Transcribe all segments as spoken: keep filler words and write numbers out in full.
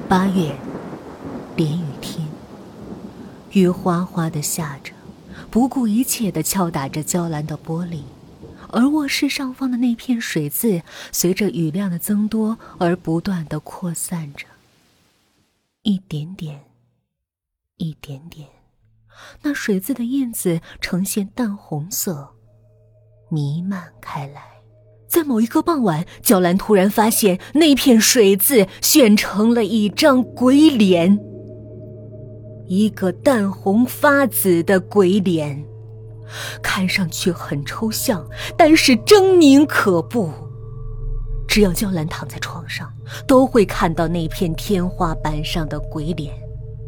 八月，连雨天，雨哗哗地下着，不顾一切地敲打着娇兰的玻璃，而卧室上方的那片水渍随着雨量的增多而不断地扩散着，一点点，一点点，那水渍的印子呈现淡红色，弥漫开来。在某一个傍晚，娇兰突然发现那片水渍炫成了一张鬼脸，一个淡红发紫的鬼脸，看上去很抽象，但是狰狞可怖。只要娇兰躺在床上，都会看到那片天花板上的鬼脸。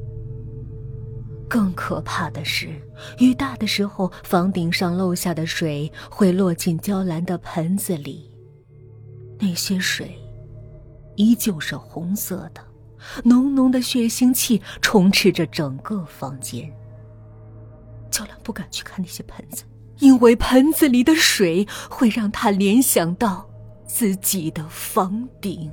更可怕的是，雨大的时候，房顶上漏下的水会落进娇兰的盆子里，那些水依旧是红色的，浓浓的血腥气充斥着整个房间。娇兰不敢去看那些盆子，因为盆子里的水会让她联想到自己的房顶。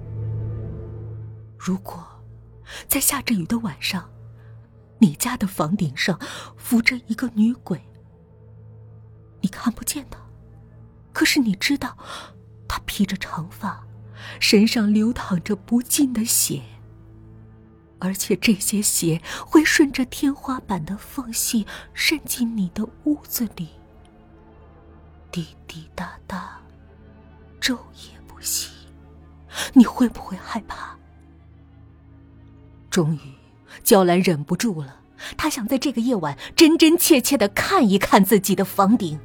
如果在下着雨的晚上，你家的房顶上浮着一个女鬼，你看不见她，可是你知道她披着长发，身上流淌着不尽的血，而且这些血会顺着天花板的缝隙渗进你的屋子里，滴滴答答，昼夜不息。你会不会害怕？终于娇兰忍不住了，她想在这个夜晚真真切切地看一看自己的房顶。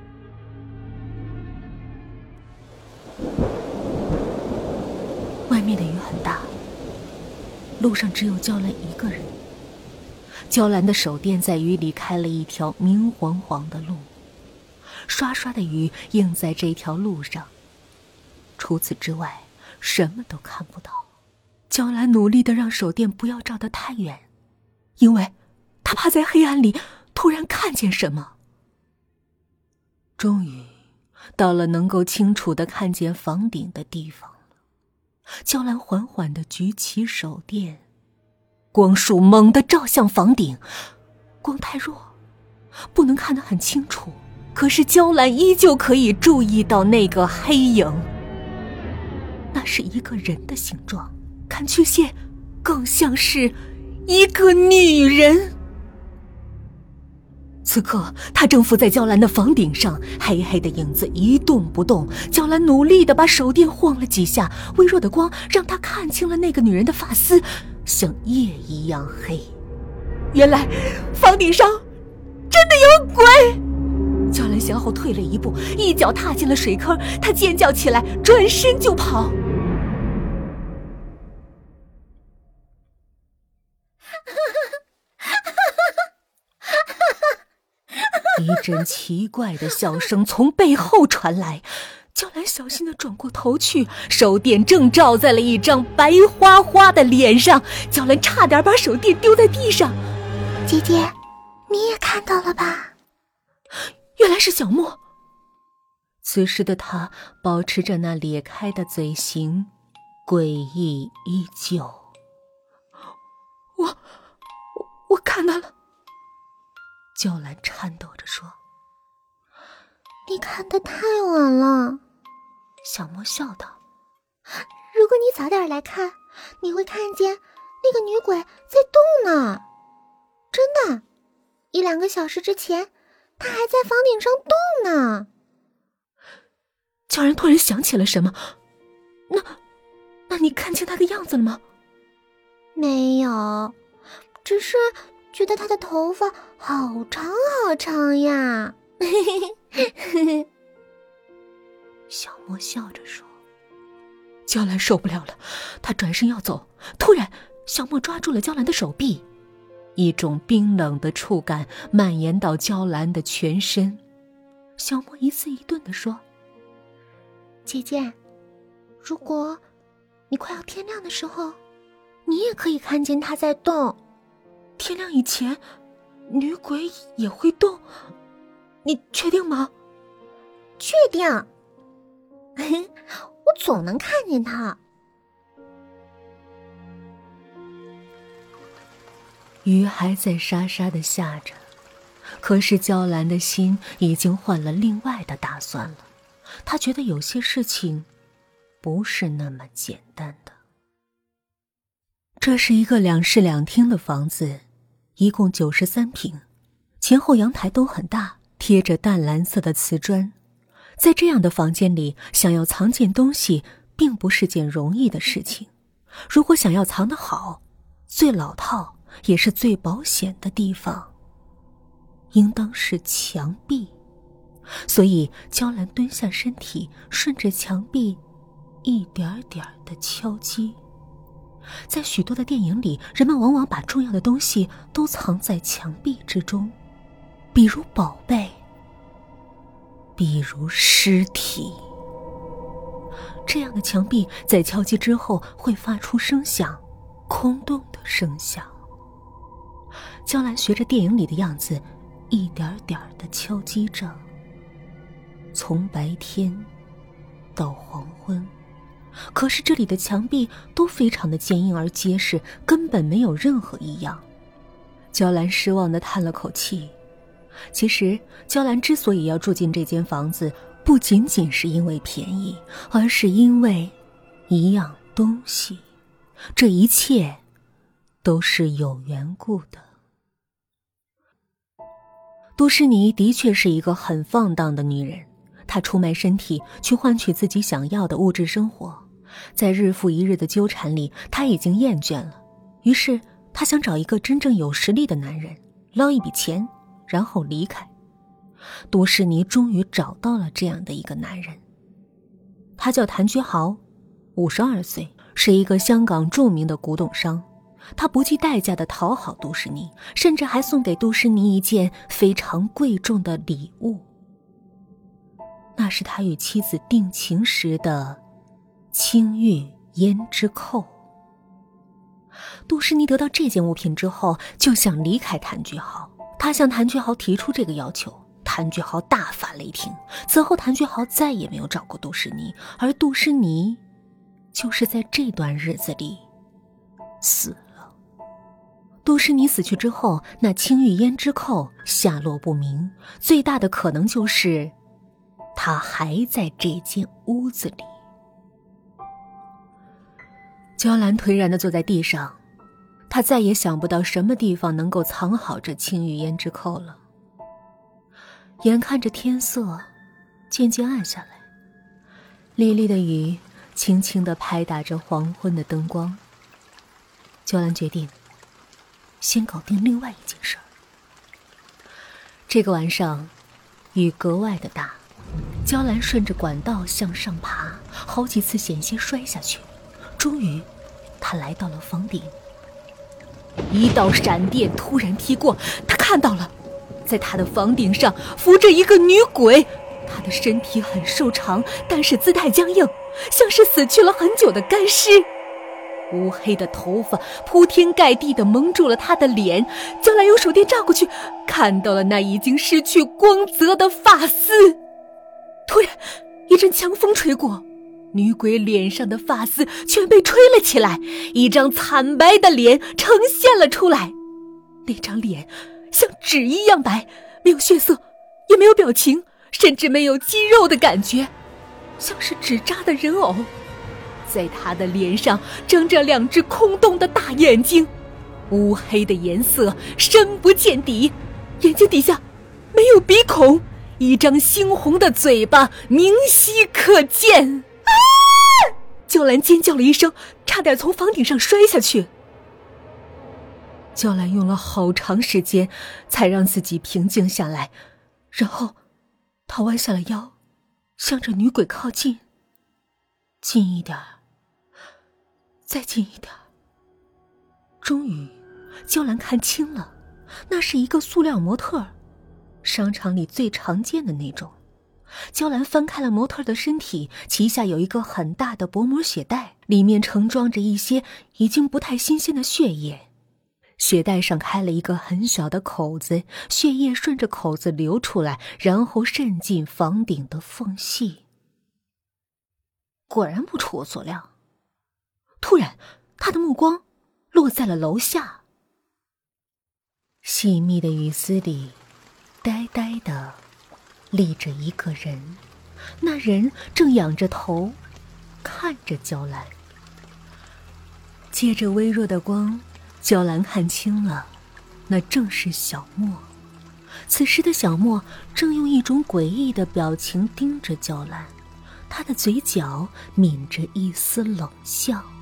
外面的雨很大，路上只有娇兰一个人。娇兰的手电在雨里开了一条明晃晃的路，刷刷的雨映在这条路上，除此之外什么都看不到。娇兰努力地让手电不要照得太远，因为她怕在黑暗里突然看见什么。终于到了能够清楚地看见房顶的地方了，娇兰缓缓地举起手电，光束猛地照向房顶，光太弱，不能看得很清楚，可是娇兰依旧可以注意到那个黑影，那是一个人的形状，看曲线更像是一个女人。此刻她正伏在娇兰的房顶上，黑黑的影子一动不动。娇兰努力地把手电晃了几下，微弱的光让她看清了那个女人的发丝像夜一样黑。原来房顶上真的有鬼！娇兰向后退了一步，一脚踏进了水坑，她尖叫起来，转身就跑。一阵奇怪的笑声从背后传来，娇兰小心地转过头去，手电正照在了一张白花花的脸上，娇兰差点把手电丢在地上。 姐姐，你也看到了吧？ 原来是小莫。此时的他保持着那咧开的嘴型，诡异依旧。我我我看到了。娇兰颤抖着说。 你看得太晚了。 小莫笑道。 如果你早点来看，你会看见那个女鬼在动呢。真的，一两个小时之前，她还在房顶上动呢。 娇兰突然想起了什么。那那你看清她的样子了吗？ 没有，只是觉得她的头发好长好长呀。 小莫笑着说。娇兰受不了了，她转身要走，突然小莫抓住了娇兰的手臂，一种冰冷的触感蔓延到娇兰的全身。小莫一字一顿地说， 姐姐，如果你快要天亮的时候，你也可以看见她在动。 天亮以前女鬼也会动？你确定吗？ 确定。我总能看见她。 雨还在沙沙地下着，可是娇兰的心已经换了另外的打算了。她觉得有些事情不是那么简单的。这是一个两室两厅的房子，一共九十三平，前后阳台都很大，贴着淡蓝色的瓷砖。在这样的房间里，想要藏件东西并不是件容易的事情。如果想要藏得好，最老套也是最保险的地方应当是墙壁。所以娇兰蹲下身体，顺着墙壁一点点地敲击。在许多的电影里，人们往往把重要的东西都藏在墙壁之中，比如宝贝，比如尸体。这样的墙壁在敲击之后会发出声响，空洞的声响。娇兰学着电影里的样子，一点点地敲击着，从白天到黄昏。可是这里的墙壁都非常的坚硬而结实，根本没有任何异样。娇兰失望地叹了口气。其实娇兰之所以要住进这间房子，不仅仅是因为便宜，而是因为一样东西。这一切都是有缘故的。杜诗妮的确是一个很放荡的女人，她出卖身体去换取自己想要的物质生活。在日复一日的纠缠里，她已经厌倦了，于是她想找一个真正有实力的男人，捞一笔钱，然后离开。杜诗妮终于找到了这样的一个男人，他叫谭居豪，五十二岁，是一个香港著名的古董商。他不计代价地讨好杜诗妮，甚至还送给杜诗妮一件非常贵重的礼物，那是他与妻子定情时的青玉胭脂扣。杜诗妮得到这件物品之后，就想离开谭居豪。他向谭居豪提出这个要求，谭居豪大发雷霆。此后谭居豪再也没有找过杜诗妮，而杜诗妮就是在这段日子里死了。杜诗妮死去之后，那青玉胭脂扣下落不明，最大的可能就是他还在这间屋子里。娇兰颓然地坐在地上，她再也想不到什么地方能够藏好这青玉胭脂扣了。眼看着天色渐渐暗下来，沥沥的雨轻轻地拍打着黄昏的灯光。娇兰决定先搞定另外一件事儿。这个晚上雨格外的大，娇兰顺着管道向上爬，好几次险些摔下去。终于她来到了房顶，一道闪电突然劈过，她看到了，在她的房顶上浮着一个女鬼。她的身体很瘦长，但是姿态僵硬，像是死去了很久的干尸。乌黑的头发铺天盖地地蒙住了她的脸，娇兰用手电照过去，看到了那已经失去光泽的发丝。突然一阵强风吹过，女鬼脸上的发丝全被吹了起来，一张惨白的脸呈现了出来。那张脸像纸一样白，没有血色，也没有表情，甚至没有肌肉的感觉，像是纸扎的人偶。在她的脸上睁着两只空洞的大眼睛，乌黑的颜色深不见底，眼睛底下没有鼻孔，一张猩红的嘴巴明晰可见。啊！娇兰尖叫了一声，差点从房顶上摔下去。娇兰用了好长时间才让自己平静下来，然后她弯下了腰，向着女鬼靠近。近一点，再近一点。终于娇兰看清了，那是一个塑料模特，商场里最常见的那种。娇兰翻开了模特的身体，旗下有一个很大的薄膜血袋，里面盛装着一些已经不太新鲜的血液。血袋上开了一个很小的口子，血液顺着口子流出来，然后渗进房顶的缝隙。果然不出我所料。突然他的目光落在了楼下。 细密的雨丝里，呆呆地立着一个人，那人正仰着头看着娇兰。借着微弱的光，娇兰看清了，那正是小莫。此时的小莫正用一种诡异的表情盯着娇兰，他的嘴角抿着一丝冷笑。